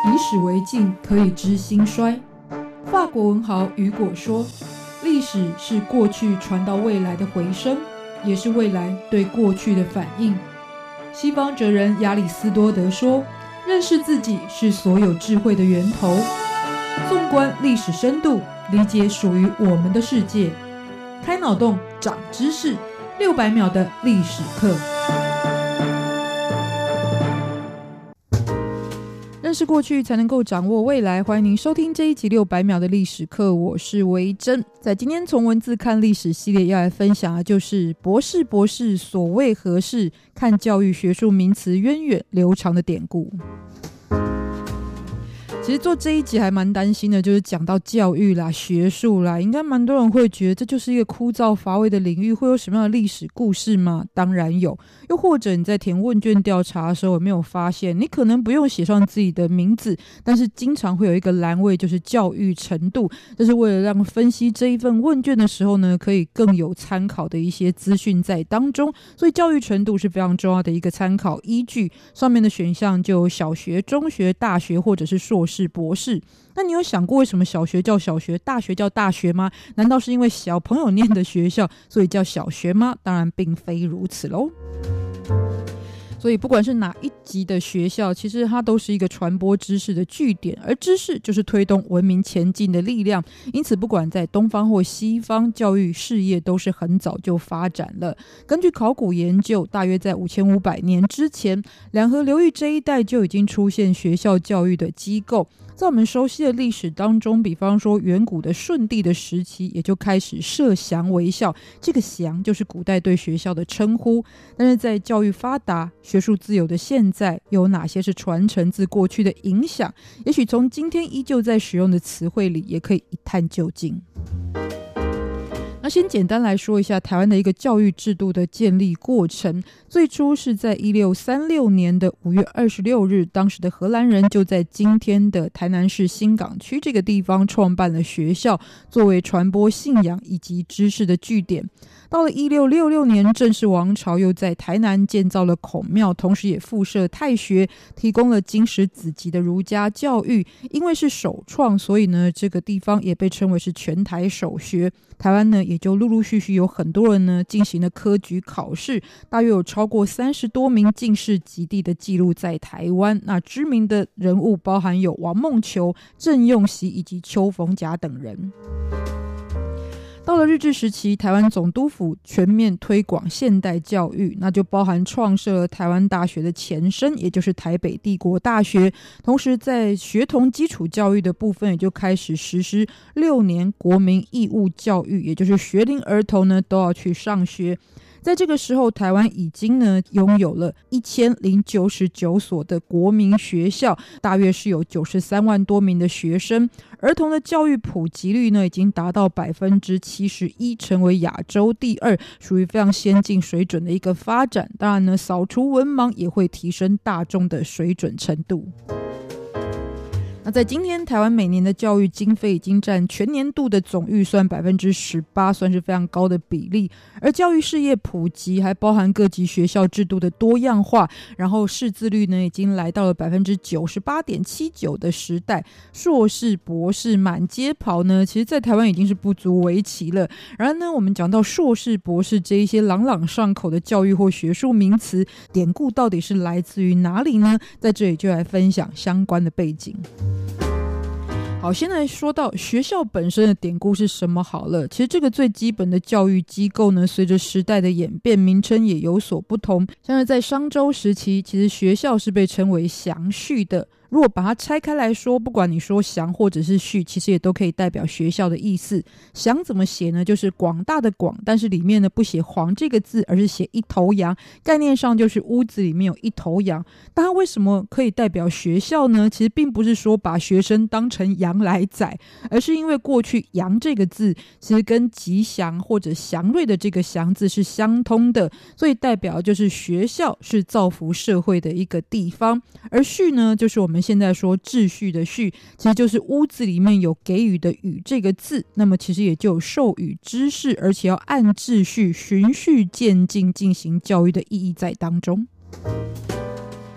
以史为镜，可以知兴衰。法国文豪雨果说，历史是过去传到未来的回声，也是未来对过去的反应。西方哲人亚里斯多德说，认识自己是所有智慧的源头。纵观历史深度，理解属于我们的世界。开脑洞，长知识，600秒的历史课。认识过去才能够掌握未来，欢迎您收听这一集600秒的历史课，我是维珍。在今天从文字看历史系列要来分享的就是博士所谓何事，看教育学术名词源远流长的典故。其实做这一集还蛮担心的，就是讲到教育啦、学术啦，应该蛮多人会觉得这就是一个枯燥乏味的领域，会有什么样的历史故事吗？当然有。又或者你在填问卷调查的时候有没有发现，你可能不用写上自己的名字，但是经常会有一个栏位就是教育程度，这是为了让分析这一份问卷的时候呢，可以更有参考的一些资讯在当中。所以教育程度是非常重要的一个参考依据，上面的选项就有小学、中学、大学或者是硕士、博士。那你有想过为什么小学叫小学，大学叫大学吗？难道是因为小朋友念的学校所以叫小学吗？当然并非如此咯。所以不管是哪一级的学校，其实它都是一个传播知识的据点，而知识就是推动文明前进的力量。因此不管在东方或西方，教育事业都是很早就发展了。根据考古研究，大约在5500年之前，两河流域这一带就已经出现学校教育的机构。在我们熟悉的历史当中，比方说远古的舜帝的时期，也就开始设祥为校，这个祥就是古代对学校的称呼。但是在教育发达、学术自由的现在，有哪些是传承自过去的影响？也许从今天依旧在使用的词汇里，也可以一探究竟。那先简单来说一下台湾的一个教育制度的建立过程。最初是在1636年的5月26日，当时的荷兰人就在今天的台南市新港区这个地方创办了学校，作为传播信仰以及知识的据点。到了1666年，郑氏王朝又在台南建造了孔庙，同时也附设太学，提供了经史子集的儒家教育。因为是首创，所以呢这个地方也被称为是全台首学。台湾呢也就陆陆续续有很多人呢进行了科举考试，大约有超过30多名进士及第的记录在台湾。那知名的人物包含有王孟求、郑用锡以及邱逢甲等人。到了日治时期，台湾总督府全面推广现代教育，那就包含创设了台湾大学的前身，也就是台北帝国大学。同时在学童基础教育的部分，也就开始实施6年国民义务教育，也就是学龄儿童呢都要去上学。在这个时候，台湾已经呢拥有了1099所的国民学校，大约是有93万多名的学生。儿童的教育普及率呢已经达到71%，成为亚洲第2，属于非常先进水准的一个发展。当然呢，扫除文盲也会提升大众的水准程度。那在今天，台湾每年的教育经费已经占全年度的总预算18%，算是非常高的比例。而教育事业普及，还包含各级学校制度的多样化，然后识字率呢已经来到了98.79%的时代。硕士、博士满街跑呢，其实在台湾已经是不足为奇了。然而呢，我们讲到硕士、博士这一些朗朗上口的教育或学术名词，典故到底是来自于哪里呢？在这里就来分享相关的背景。好，现在说到学校本身的典故是什么好了。其实这个最基本的教育机构呢，随着时代的演变，名称也有所不同。像是在商周时期，其实学校是被称为祥序的。如果把它拆开来说，不管你说祥或者是序，其实也都可以代表学校的意思。祥怎么写呢？就是广大的广，但是里面呢不写黄这个字，而是写一头羊，概念上就是屋子里面有一头羊。但它为什么可以代表学校呢？其实并不是说把学生当成羊来宰，而是因为过去羊这个字其实跟吉祥或者祥瑞的这个祥字是相通的，所以代表就是学校是造福社会的一个地方。而序呢，就是我们现在说秩序的序，其实就是屋子里面有给予的予这个字，那么其实也就有授予知识，而且要按秩序循序渐进进行教育的意义在当中。那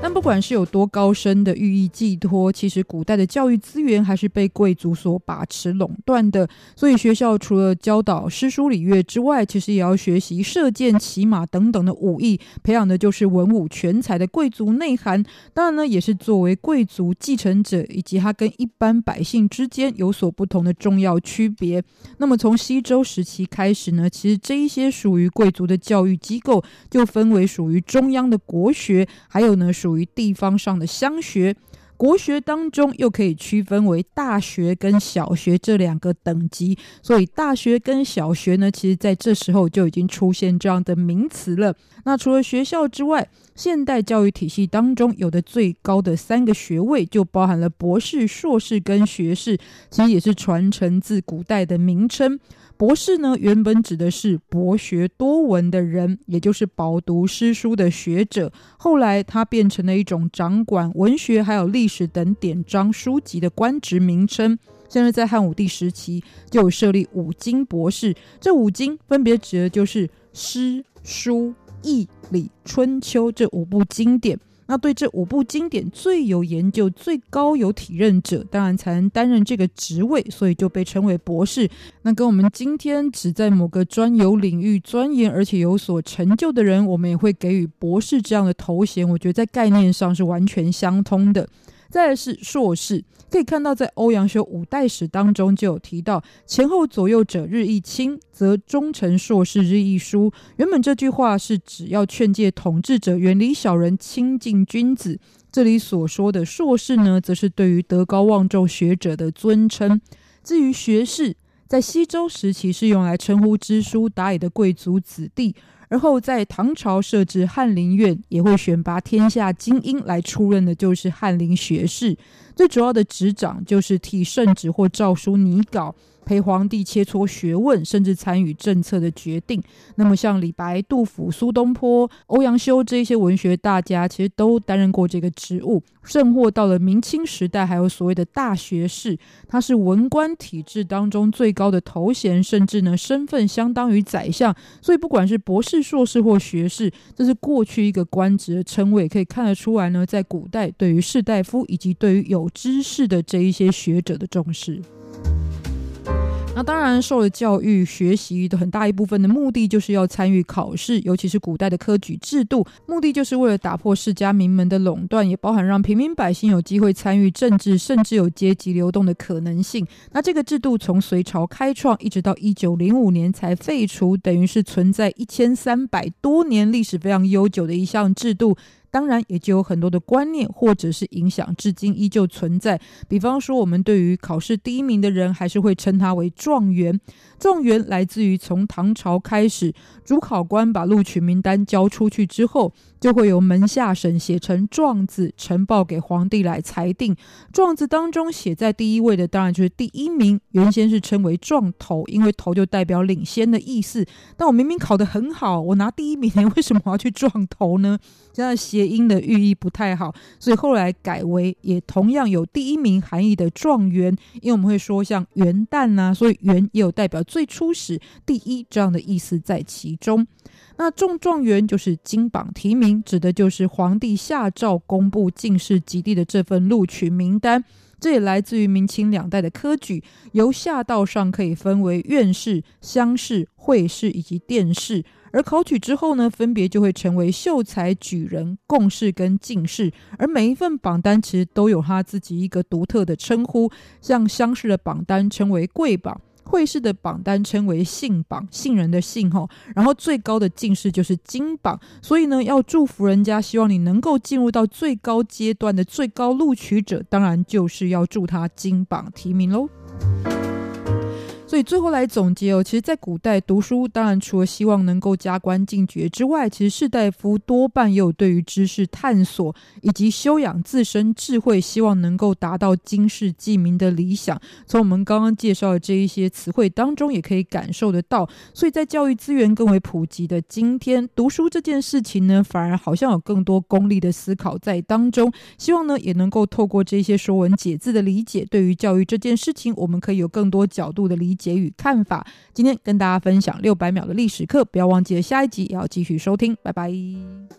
但不管是有多高深的寓意寄托，其实古代的教育资源还是被贵族所把持垄断的，所以学校除了教导诗书礼乐之外，其实也要学习射箭、骑马等等的武艺，培养的就是文武全才的贵族内涵。当然呢，也是作为贵族继承者以及他跟一般百姓之间有所不同的重要区别。那么从西周时期开始呢，其实这一些属于贵族的教育机构就分为属于中央的国学，还有呢属于地方上的乡学。国学当中又可以区分为大学跟小学这两个等级，所以大学跟小学呢，其实在这时候就已经出现这样的名词了。那除了学校之外，现代教育体系当中有的最高的3个学位就包含了博士、硕士跟学士，其实也是传承自古代的名称。博士呢，原本指的是博学多闻的人，也就是饱读诗书的学者，后来它变成了一种掌管文学还有历史等典章书籍的官职名称。现在在汉武帝时期就有设立5经博士，这5经分别指的就是诗、书、易、礼、春秋这5部经典。那对这5部经典最有研究、最高有体认者，当然才能担任这个职位，所以就被称为博士。那跟我们今天只在某个专有领域钻研而且有所成就的人，我们也会给予博士这样的头衔，我觉得在概念上是完全相通的。再来是硕士，可以看到在欧阳修五代史当中就有提到，前后左右者日益亲，则忠臣硕士日益疏。原本这句话是指要劝诫统治者远离小人，亲近君子。这里所说的硕士呢，则是对于德高望重学者的尊称。至于学士，在西周时期是用来称呼知书达理的贵族子弟，而后在唐朝设置翰林院，也会选拔天下精英来出任的就是翰林学士。最主要的执掌就是替圣旨或诏书拟稿，陪皇帝切磋学问，甚至参与政策的决定。那么像李白、杜甫、苏东坡、欧阳修这些文学大家，其实都担任过这个职务。甚或到了明清时代，还有所谓的大学士，他是文官体制当中最高的头衔，甚至呢身份相当于宰相。所以不管是博士、硕士或学士，这是过去一个官职的称谓，可以看得出来呢，在古代对于士大夫以及对于有知识的这一些学者的重视。那当然受了教育学习的很大一部分的目的就是要参与考试，尤其是古代的科举制度，目的就是为了打破世家名门的垄断，也包含让平民百姓有机会参与政治，甚至有阶级流动的可能性。那这个制度从隋朝开创一直到1905年才废除，等于是存在1300多年，历史非常悠久的一项制度。当然也就有很多的观念或者是影响至今依旧存在，比方说我们对于考试第一名的人还是会称他为状元。状元来自于从唐朝开始，主考官把录取名单交出去之后，就会由门下审写成状字，呈报给皇帝来裁定。状字当中写在第一位的当然就是第一名，原先是称为状头，因为头就代表领先的意思。但我明明考得很好，我拿第一名，为什么我要去撞头呢？这样谐音的寓意不太好，所以后来改为也同样有第一名含义的状元。因为我们会说像元旦啊，所以元也有代表最初始、第一这样的意思在其中。那中状元就是金榜题名，指的就是皇帝下诏公布进士及第的这份录取名单。这也来自于明清2代的科举，由下到上可以分为院士、乡试、会试以及殿试。而考取之后呢，分别就会成为秀才、举人、贡士跟进士。而每一份榜单其实都有他自己一个独特的称呼，像乡试的榜单称为贵榜，会试的榜单称为信榜，信人的信吼，然后最高的进士就是金榜。所以呢，要祝福人家，希望你能够进入到最高阶段的最高录取者，当然就是要祝他金榜题名咯。所以最后来总结其实在古代读书当然除了希望能够加官进爵之外，其实士大夫多半也有对于知识探索以及修养自身智慧，希望能够达到经世济民的理想。从我们刚刚介绍的这一些词汇当中也可以感受得到。所以在教育资源更为普及的今天，读书这件事情呢，反而好像有更多功利的思考在当中。希望呢也能够透过这些说文解字的理解，对于教育这件事情我们可以有更多角度的理解与看法。今天跟大家分享600秒的历史课，不要忘记了下一集也要继续收听，拜拜。